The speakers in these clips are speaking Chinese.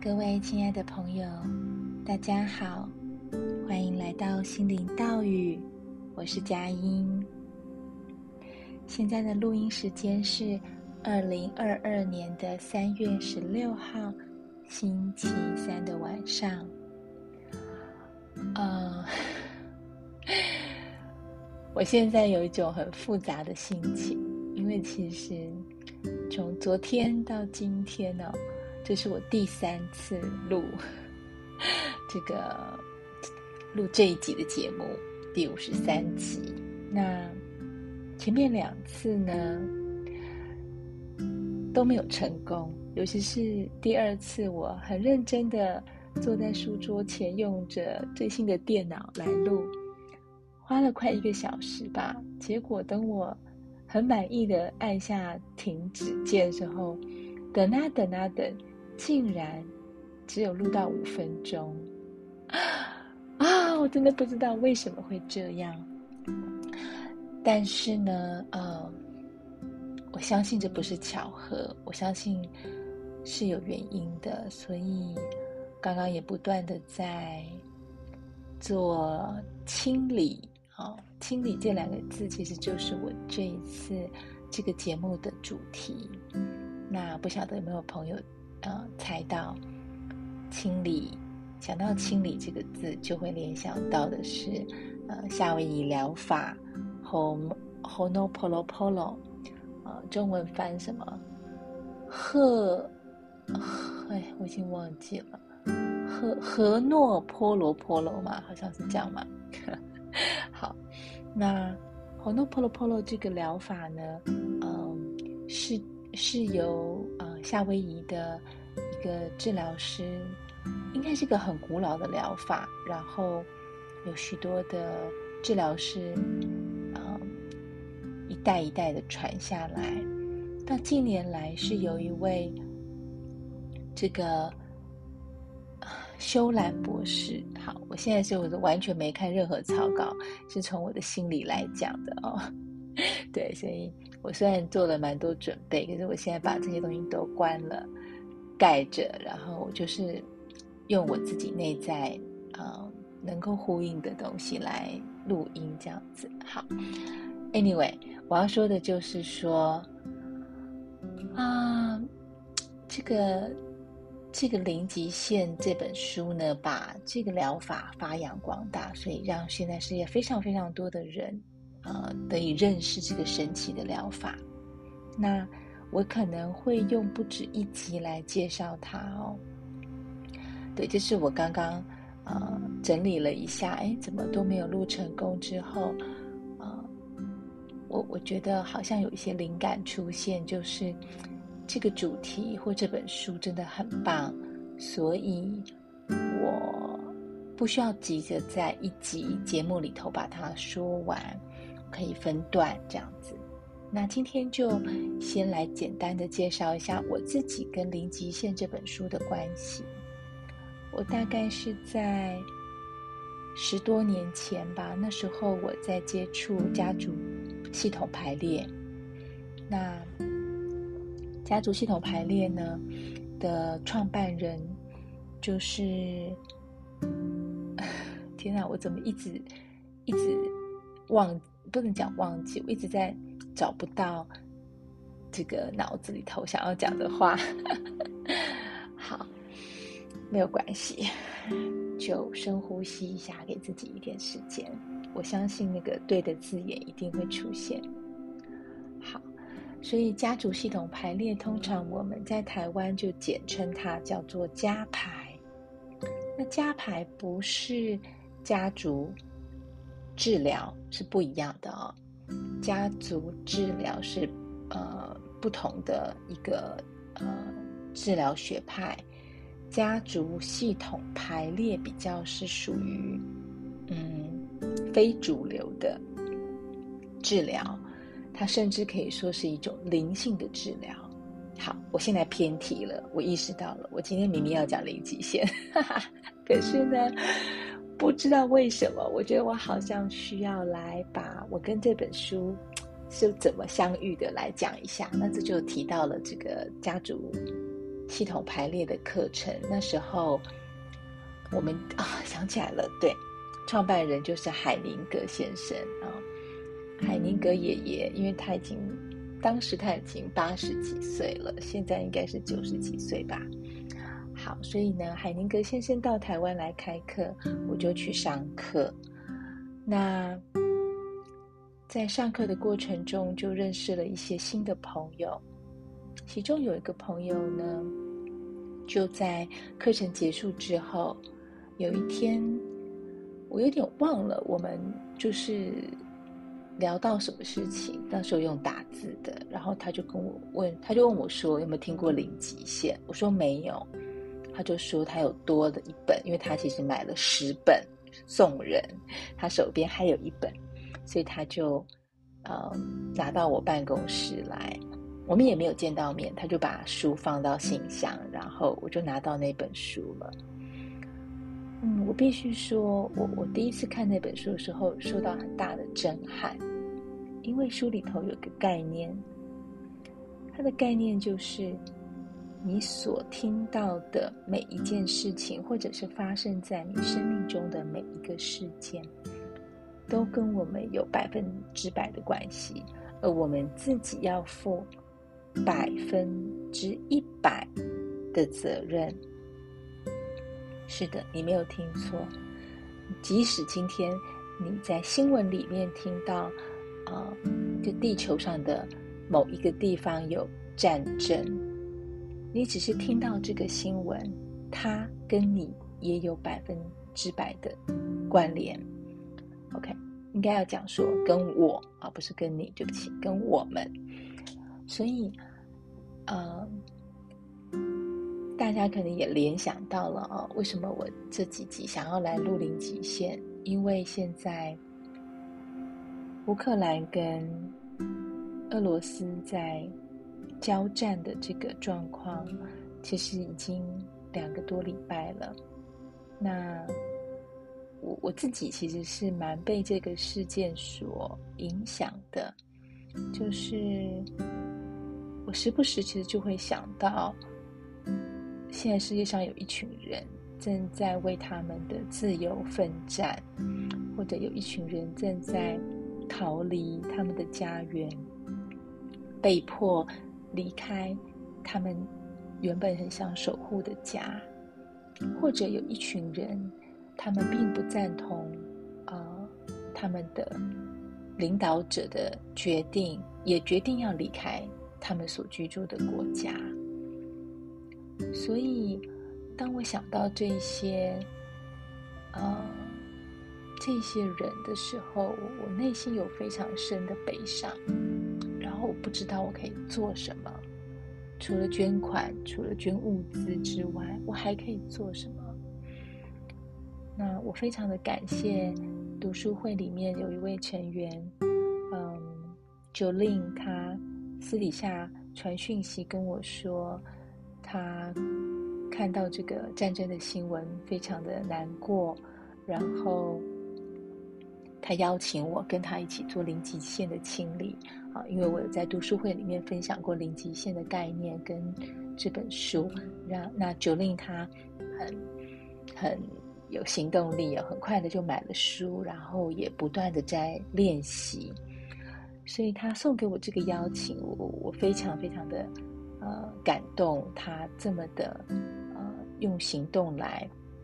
各位亲爱的朋友，大家好，欢迎来到心灵道语，我是佳音。现在的录音时间是2022年的3月16号星期三的晚上。我现在有一种很复杂的心情，因为其实从昨天到今天呢，这是我第3次录这一集的节目，第53集。那前面2次呢都没有成功，尤其是第2次，我很认真的坐在书桌前，用着最新的电脑来录，花了快1个小时吧。结果等我很满意的按下停止键的时候，等，竟然只有录到5分钟我真的不知道为什么会这样。但是呢，我相信这不是巧合，我相信是有原因的，所以刚刚也不断的在做清理。清理这2个字其实就是我这一次这个节目的主题。那不晓得有没有朋友猜到清理，想到清理这个字就会联想到的是夏威夷疗法 Ho'oponopono， 中文翻什么我已经忘记了，何诺波罗波罗嘛，好像是这样嘛。好，那 Ho'oponopono 这个疗法呢，是由夏威夷的一个治疗师，应该是个很古老的疗法，然后有许多的治疗师一代一代的传下来。到近年来是有一位这个修兰博士。好，我现在是我完全没看任何草稿，是从我的心里来讲的对，所以我虽然做了蛮多准备，可是我现在把这些东西都关了盖着，然后我就是用我自己内在能够呼应的东西来录音这样子。好 Anyway， 我要说的就是说这个零极限这本书呢，把这个疗法发扬光大，所以让现在世界非常非常多的人得以认识这个神奇的疗法。那我可能会用不止1集来介绍它对，这是我刚刚整理了一下，怎么都没有录成功之后，我觉得好像有一些灵感出现，就是这个主题或这本书真的很棒，所以我不需要急着在1集节目里头把它说完，可以分段这样子。那今天就先来简单的介绍一下我自己跟零极限这本书的关系。我大概是在10多年前吧，那时候我在接触家族系统排列。那家族系统排列呢的创办人就是天哪，我怎么一直不能讲忘记，我一直在找不到这个脑子里头想要讲的话好，没有关系，就深呼吸一下，给自己一点时间，我相信那个对的字眼一定会出现。好，所以家族系统排列通常我们在台湾就简称它叫做家排。那家排不是家族治疗，是不一样的家族治疗是不同的一个治疗学派，家族系统排列比较是属于非主流的治疗，它甚至可以说是一种灵性的治疗。好，我现在偏题了，我意识到了，我今天明明要讲零极限可是呢不知道为什么，我觉得我好像需要来把我跟这本书是怎么相遇的来讲一下。那这就提到了这个家族系统排列的课程。那时候我们想起来了，对，创办人就是海宁格先生啊，海宁格爷爷，因为当时他已经80几岁了，现在应该是90几岁吧。好，所以呢，海宁格先生到台湾来开课，我就去上课。那在上课的过程中，就认识了一些新的朋友，其中有一个朋友呢，就在课程结束之后，有一天我有点忘了，我们就是聊到什么事情，那时候用打字的，然后他就问我说有没有听过零极限，我说没有，他就说他有多了一本，因为他其实买了10本送人，他手边还有一本，所以他就拿到我办公室来，我们也没有见到面，他就把书放到信箱，然后我就拿到那本书了。我必须说，我第一次看那本书的时候，受到很大的震撼，因为书里头有个概念，它的概念就是你所听到的每一件事情，或者是发生在你生命中的每一个事件，都跟我们有100%的关系，而我们自己要负100%的责任。是的，你没有听错，即使今天你在新闻里面听到就地球上的某一个地方有战争，你只是听到这个新闻，它跟你也有100%的关联。 OK， 应该要讲说跟我不是跟你，对不起，跟我们。所以大家可能也联想到了为什么我这几集想要来录零极限，因为现在乌克兰跟俄罗斯在交战的这个状况，其实已经2个多礼拜了。那我自己其实是蛮被这个事件所影响的，就是我时不时其实就会想到，现在世界上有一群人正在为他们的自由奋战，或者有一群人正在逃离他们的家园，被迫离开他们原本很想守护的家，或者有一群人他们并不赞同他们的领导者的决定，也决定要离开他们所居住的国家。所以当我想到这些人的时候，我内心有非常深的悲伤，然后我不知道我可以做什么，除了捐款，除了捐物资之外，我还可以做什么？那我非常的感谢读书会里面有一位成员Jolin， 他私底下传讯息跟我说，他看到这个战争的新闻非常的难过，然后他邀请我跟他一起做零极限的清理因为我有在读书会里面分享过零极限的概念跟这本书，那Jolin他很有行动力，很快的就买了书，然后也不断的在练习，所以他送给我这个邀请，我非常非常的感动，他这么的用行动来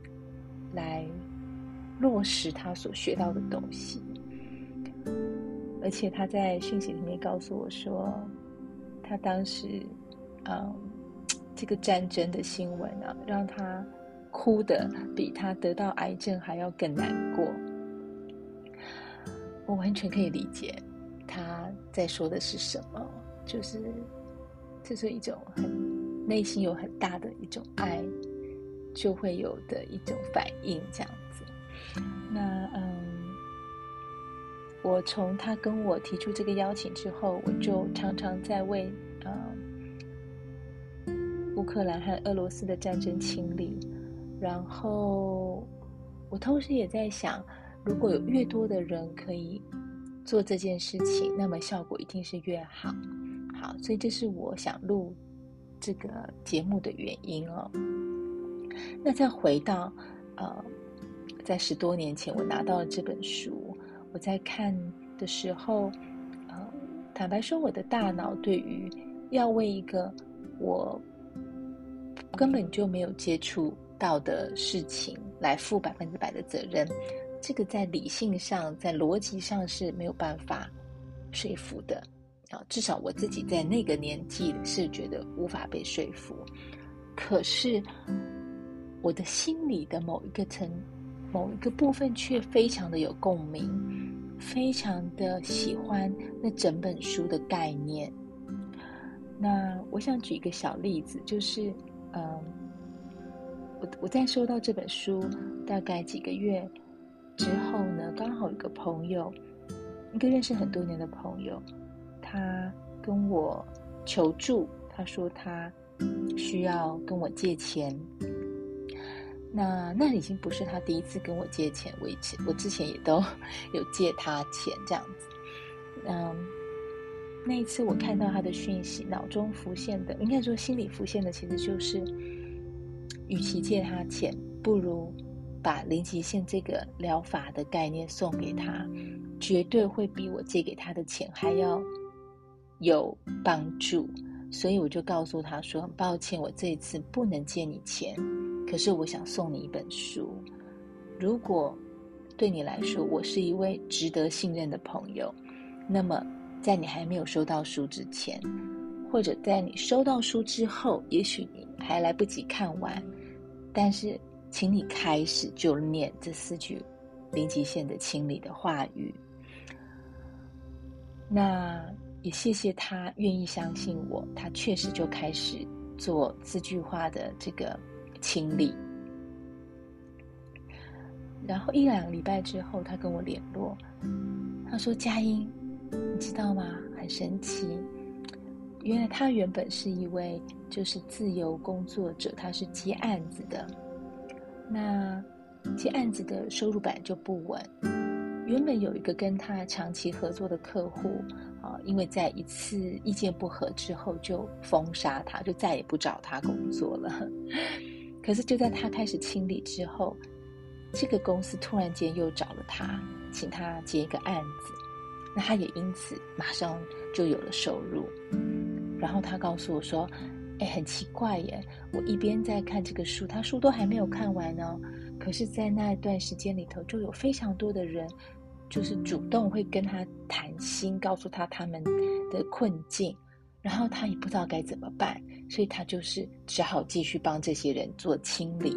落实他所学到的东西。而且他在讯息里面告诉我说，他当时这个战争的新闻让他哭的比他得到癌症还要更难过。我完全可以理解他在说的是什么，就是这是一种内心有很大的一种爱就会有的一种反应，这样子。那我从他跟我提出这个邀请之后，我就常常在为乌克兰和俄罗斯的战争清理，然后我同时也在想，如果有越多的人可以做这件事情，那么效果一定是越好。好，所以这是我想录这个节目的原因哦。那再回到在10多年前我拿到了这本书，我在看的时候，坦白说，我的大脑对于要为一个我根本就没有接触到的事情来负100%的责任，这个在理性上、在逻辑上是没有办法说服的至少我自己在那个年纪是觉得无法被说服。可是我的心里的某一个部分却非常的有共鸣，非常的喜欢那整本书的概念。那我想举一个小例子，就是我在收到这本书大概几个月之后呢，刚好有个朋友，一个认识很多年的朋友，他跟我求助，他说他需要跟我借钱。那已经不是他第一次跟我借钱，我之前也都有借他钱这样子。那一次我看到他的讯息，脑中浮现的，应该说心里浮现的，其实就是，与其借他钱，不如把零极限这个疗法的概念送给他，绝对会比我借给他的钱还要有帮助。所以我就告诉他说，很抱歉，我这一次不能借你钱，可是我想送你一本书。如果对你来说我是一位值得信任的朋友，那么在你还没有收到书之前，或者在你收到书之后，也许你还来不及看完，但是请你开始就念这4句零极限的清理的话语。那也谢谢他愿意相信我，他确实就开始做4句话的这个清理。然后1-2个礼拜之后，他跟我联络，他说：佳音，你知道吗？很神奇，原来他原本是一位就是自由工作者，他是接案子的。那接案子的收入本来就不稳，原本有一个跟他长期合作的客户因为在一次意见不合之后就封杀他，就再也不找他工作了。可是就在他开始清理之后，这个公司突然间又找了他，请他接一个案子，那他也因此马上就有了收入。然后他告诉我说，很奇怪耶，我一边在看这个书，他书都还没有看完呢，可是在那一段时间里头，就有非常多的人就是主动会跟他谈心，告诉他他们的困境，然后他也不知道该怎么办，所以他就是只好继续帮这些人做清理。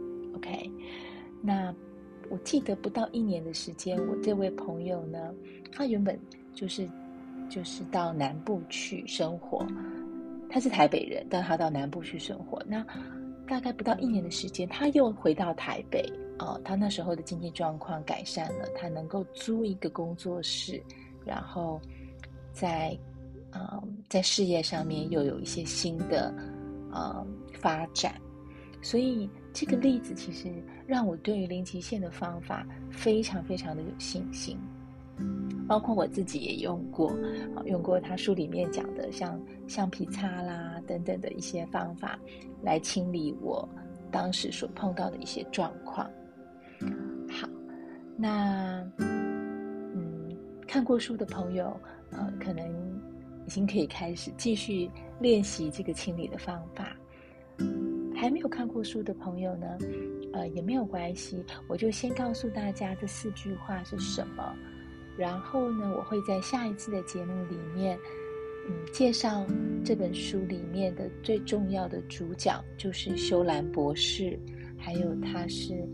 OK， 那我记得不到1年的时间，我这位朋友呢，他原本就是到南部去生活，他是台北人，但他到南部去生活。那大概不到1年的时间，他又回到台北他那时候的经济状况改善了，他能够租一个工作室，然后在事业上面又有一些新的发展。所以这个例子其实让我对于零极限的方法非常非常的有信心，包括我自己也用过他书里面讲的像橡皮擦啦等等的一些方法来清理我当时所碰到的一些状况。好，那看过书的朋友可能已经可以开始继续练习这个清理的方法。还没有看过书的朋友呢也没有关系，我就先告诉大家这4句话是什么，然后呢我会在下一次的节目里面介绍这本书里面的最重要的主角，就是修兰博士，还有他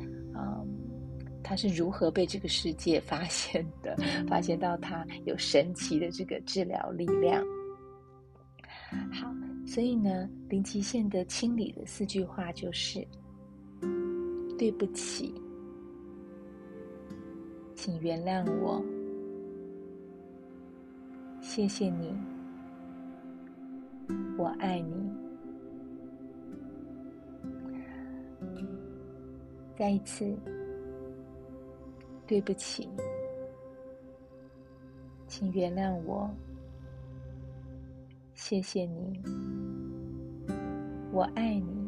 是如何被这个世界发现的，发现到他有神奇的这个治疗力量。好，所以呢零极限的清理的4句话就是对不起，请原谅我，谢谢你，我爱你。再一次，对不起，请原谅我，谢谢你， 我爱你。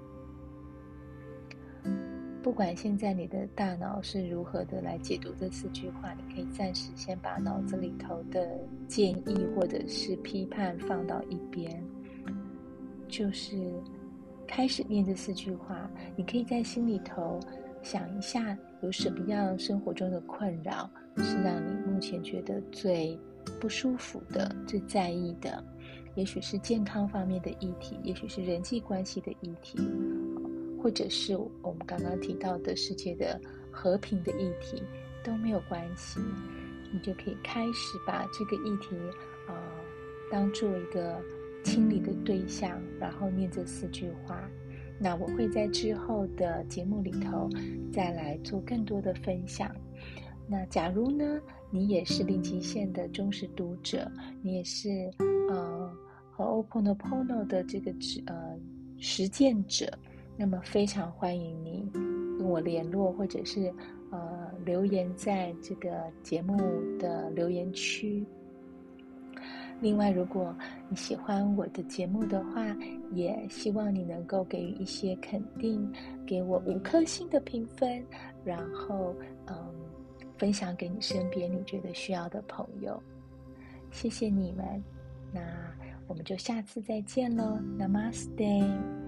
不管现在你的大脑是如何的来解读这4句话，你可以暂时先把脑子里头的建议或者是批判放到一边，就是开始念这4句话。你可以在心里头想一下，有什么样生活中的困扰是让你目前觉得最不舒服的、最在意的，也许是健康方面的议题，也许是人际关系的议题，或者是我们刚刚提到的世界的和平的议题，都没有关系。你就可以开始把这个议题当做一个清理的对象，然后念这4句话。那我会在之后的节目里头再来做更多的分享。那假如呢，你也是零极限的忠实读者，你也是Ho'oponopono 的这个实践者，那么非常欢迎你跟我联络，或者是留言在这个节目的留言区。另外，如果你喜欢我的节目的话，也希望你能够给予一些肯定，给我5颗星的评分，然后分享给你身边你觉得需要的朋友。谢谢你们，那我们就下次再见咯。 Namaste。